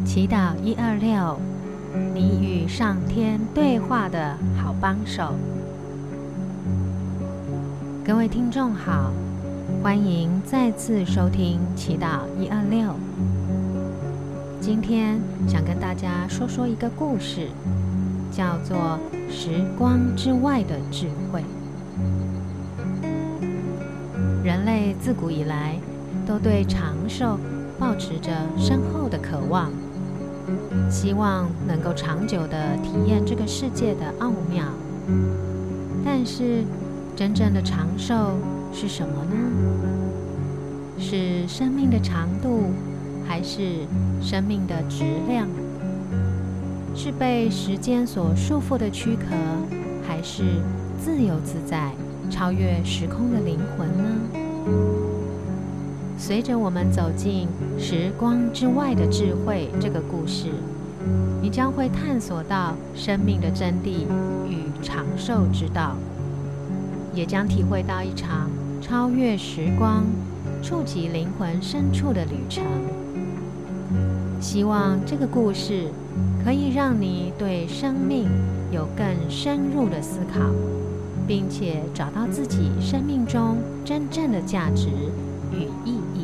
祈祷126，你与上天对话的好帮手。各位听众好，欢迎再次收听祈祷126。今天想跟大家说一个故事，叫做时光之外的智慧。人类自古以来都对长寿抱持着深厚的渴望，希望能够长久地体验这个世界的奥妙。但是真正的长寿是什么呢？是生命的长度，还是生命的质量？是被时间所束缚的躯壳，还是自由自在超越时空的灵魂呢？随着我们走进时光之外的智慧这个故事，你将会探索到生命的真谛与长寿之道，也将体会到一场超越时光、触及灵魂深处的旅程。希望这个故事可以让你对生命有更深入的思考，并且找到自己生命中真正的价值与意义。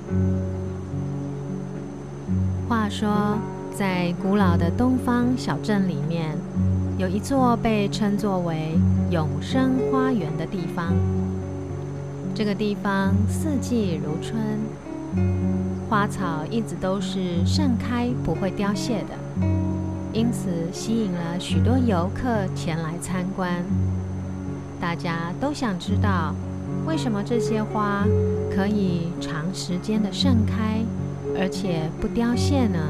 话说，在古老的东方小镇里面，有一座被称作为永生花园的地方。这个地方四季如春，花草一直都是盛开不会凋谢的，因此吸引了许多游客前来参观。大家都想知道，为什么这些花可以长时间的盛开，而且不凋谢呢？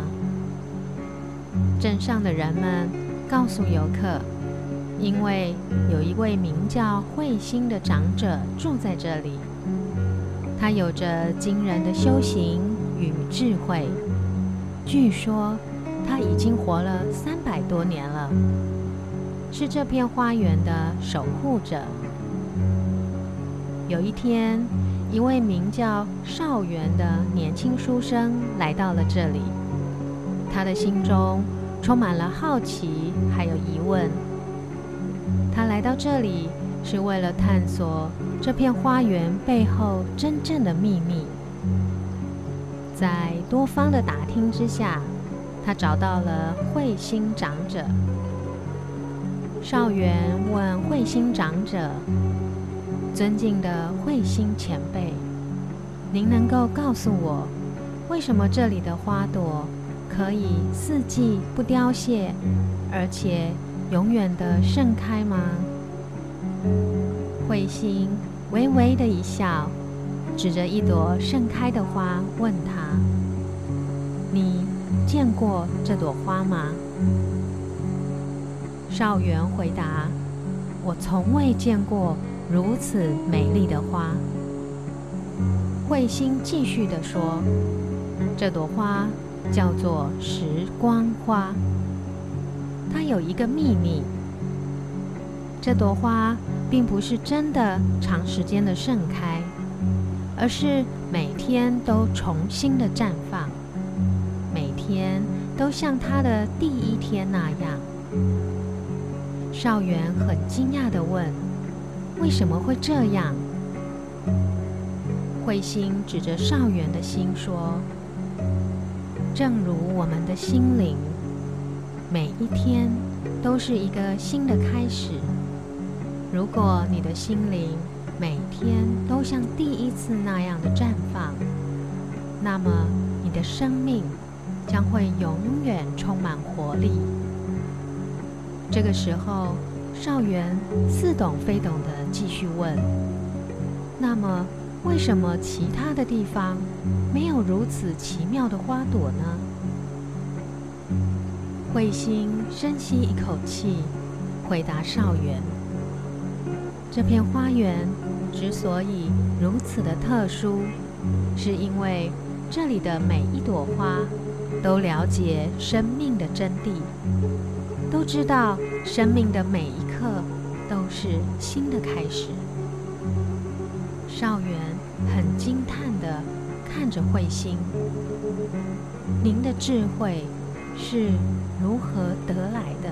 镇上的人们告诉游客，因为有一位名叫慧心的长者住在这里，他有着惊人的修行与智慧，据说他已经活了300多年了，是这片花园的守护者。有一天，一位名叫少元的年轻书生来到了这里，他的心中充满了好奇还有疑问。他来到这里是为了探索这片花园背后真正的秘密。在多方的打听之下，他找到了慧心长者。少元问慧心长者：尊敬的慧心前辈，您能够告诉我，为什么这里的花朵可以四季不凋谢，而且永远的盛开吗？慧心微微的一笑，指着一朵盛开的花问他：你见过这朵花吗？少元回答：我从未见过如此美丽的花。慧心继续地说：这朵花叫做时光花，它有一个秘密。这朵花并不是真的长时间的盛开，而是每天都重新的绽放，每天都像它的第一天那样。少元很惊讶地问：为什么会这样？慧心指着少元的心说：正如我们的心灵，每一天都是一个新的开始。如果你的心灵每天都像第一次那样的绽放，那么你的生命将会永远充满活力。这个时候，少元似懂非懂地继续问：那么为什么其他的地方没有如此奇妙的花朵呢？慧心深吸一口气，回答少元：这片花园之所以如此的特殊，是因为这里的每一朵花都了解生命的真谛，都知道生命的每一刻都是新的开始。少元很惊叹地看着慧心，您的智慧是如何得来的？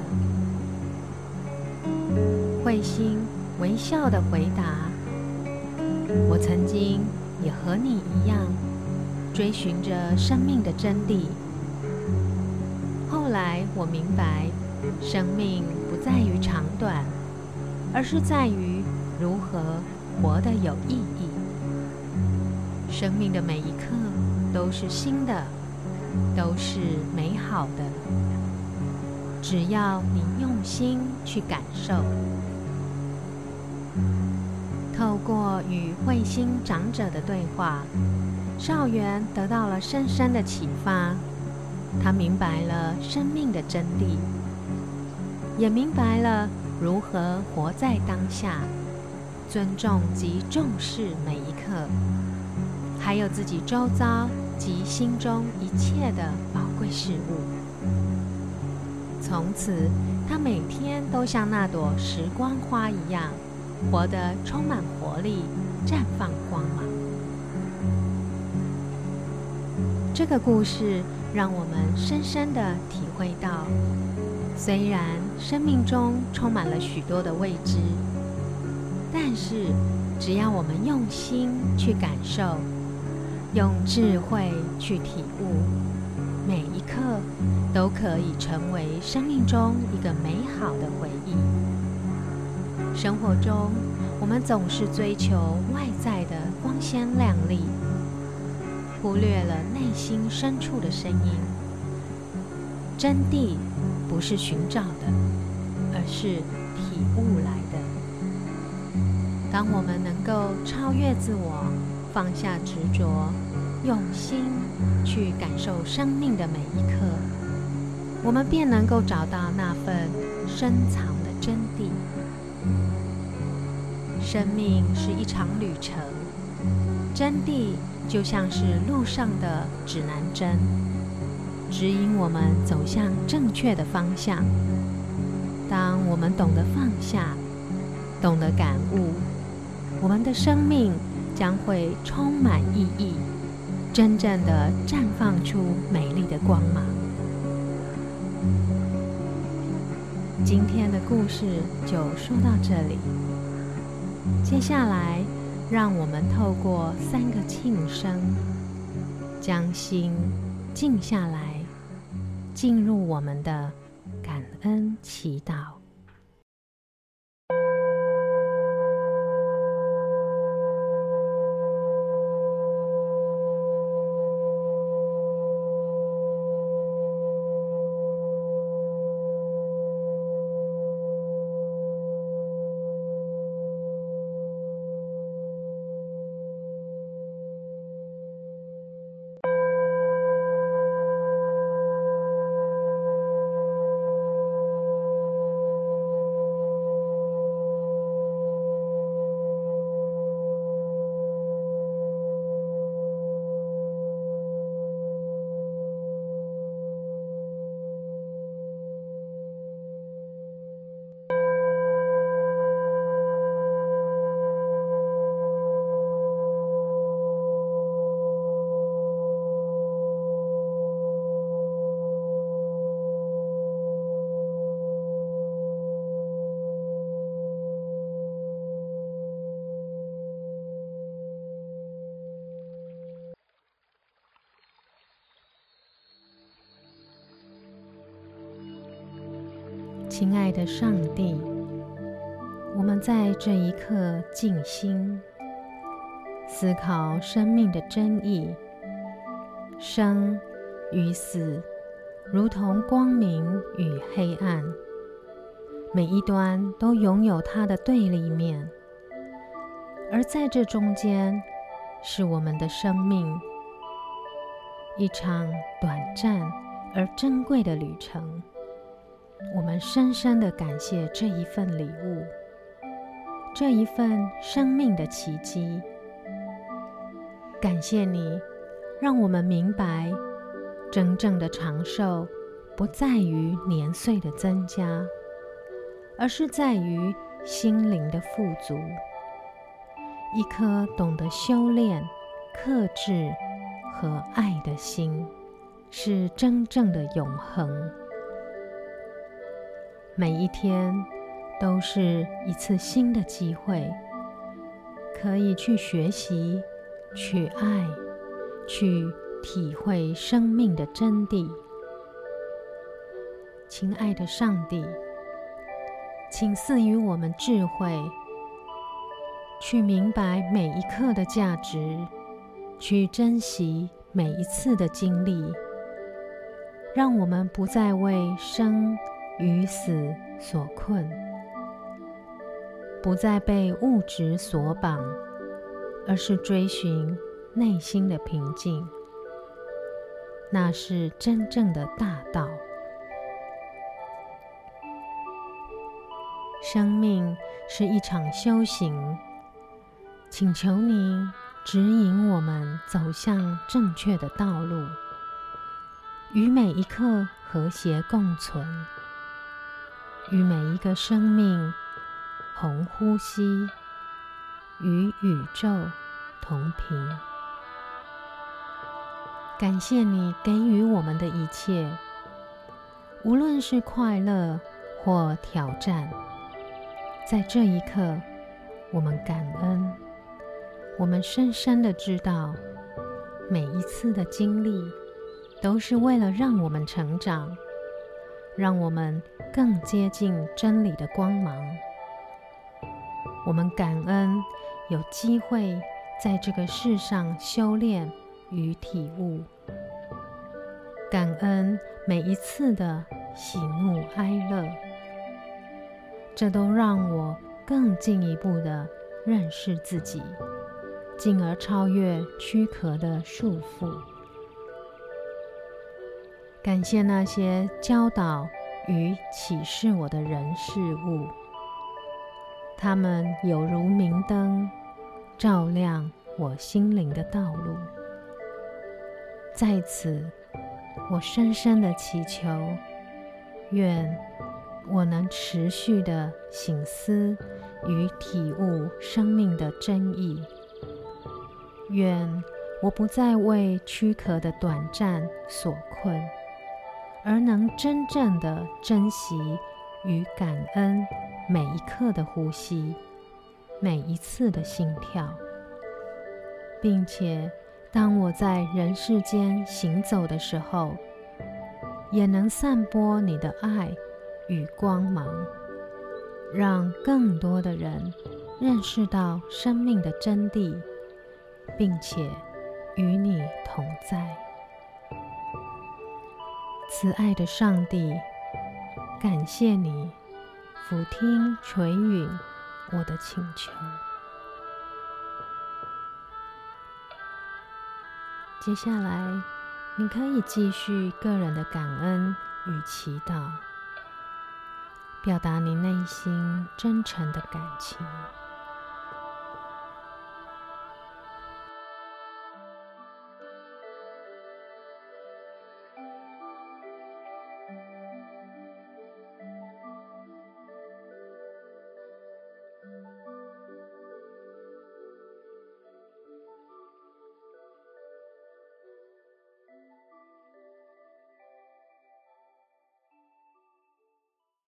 慧心微笑地回答：我曾经也和你一样，追寻着生命的真谛。后来我明白，生命不在于长短，而是在于如何活得有意义。生命的每一刻都是新的，都是美好的。只要你用心去感受。透过与慧心长者的对话，少元得到了深深的启发。他明白了生命的真谛，也明白了如何活在当下，尊重及重视每一刻，还有自己周遭及心中一切的宝贵事物。从此，他每天都像那朵时光花一样，活得充满活力，绽放光芒。这个故事让我们深深地体会到，虽然生命中充满了许多的未知，但是只要我们用心去感受，用智慧去体悟，每一刻都可以成为生命中一个美好的回忆。生活中，我们总是追求外在的光鲜亮丽，忽略了内心深处的声音。真谛不是寻找的，而是体悟来的。当我们能够超越自我，放下执着，用心去感受生命的每一刻，我们便能够找到那份深藏的真谛。生命是一场旅程，真谛就像是路上的指南针，指引我们走向正确的方向。当我们懂得放下，懂得感悟，我们的生命将会充满意义，真正的绽放出美丽的光芒。今天的故事就说到这里，接下来让我们透过3个庆声，将心静下来，进入我们的感恩祈祷。亲爱的上帝，我们在这一刻静心，思考生命的真意。生与死如同光明与黑暗，每一端都拥有它的对立面，而在这中间是我们的生命，一场短暂而珍贵的旅程。我们深深地感谢这一份礼物，这一份生命的奇迹。感谢你，让我们明白，真正的长寿不在于年岁的增加，而是在于心灵的富足。一颗懂得修炼、克制、 和爱的心，是真正的永恒。每一天都是一次新的机会，可以去学习，去爱，去体会生命的真谛。亲爱的上帝，请赐予我们智慧，去明白每一刻的价值，去珍惜每一次的经历，让我们不再为生与死所困，不再被物质所绑，而是追寻内心的平静。那是真正的大道。生命是一场修行，请求您指引我们走向正确的道路，与每一刻和谐共存，与每一个生命同呼吸，与宇宙同频。感谢你给予我们的一切，无论是快乐或挑战。在这一刻，我们感恩，我们深深地知道，每一次的经历都是为了让我们成长，让我们更接近真理的光芒。我们感恩有机会在这个世上修炼与体悟，感恩每一次的喜怒哀乐，这都让我更进一步地认识自己，进而超越躯壳的束缚。感谢那些教导与启示我的人事物，他们有如明灯，照亮我心灵的道路。在此，我深深地祈求，愿我能持续地省思与体悟生命的真意，愿我不再为躯壳的短暂所困，而能真正地珍惜与感恩每一刻的呼吸，每一次的心跳，并且当我在人世间行走的时候，也能散播你的爱与光芒，让更多的人认识到生命的真谛，并且与你同在。慈爱的上帝，感谢你俯听垂允我的请求。接下来，你可以继续个人的感恩与祈祷，表达你内心真诚的感情。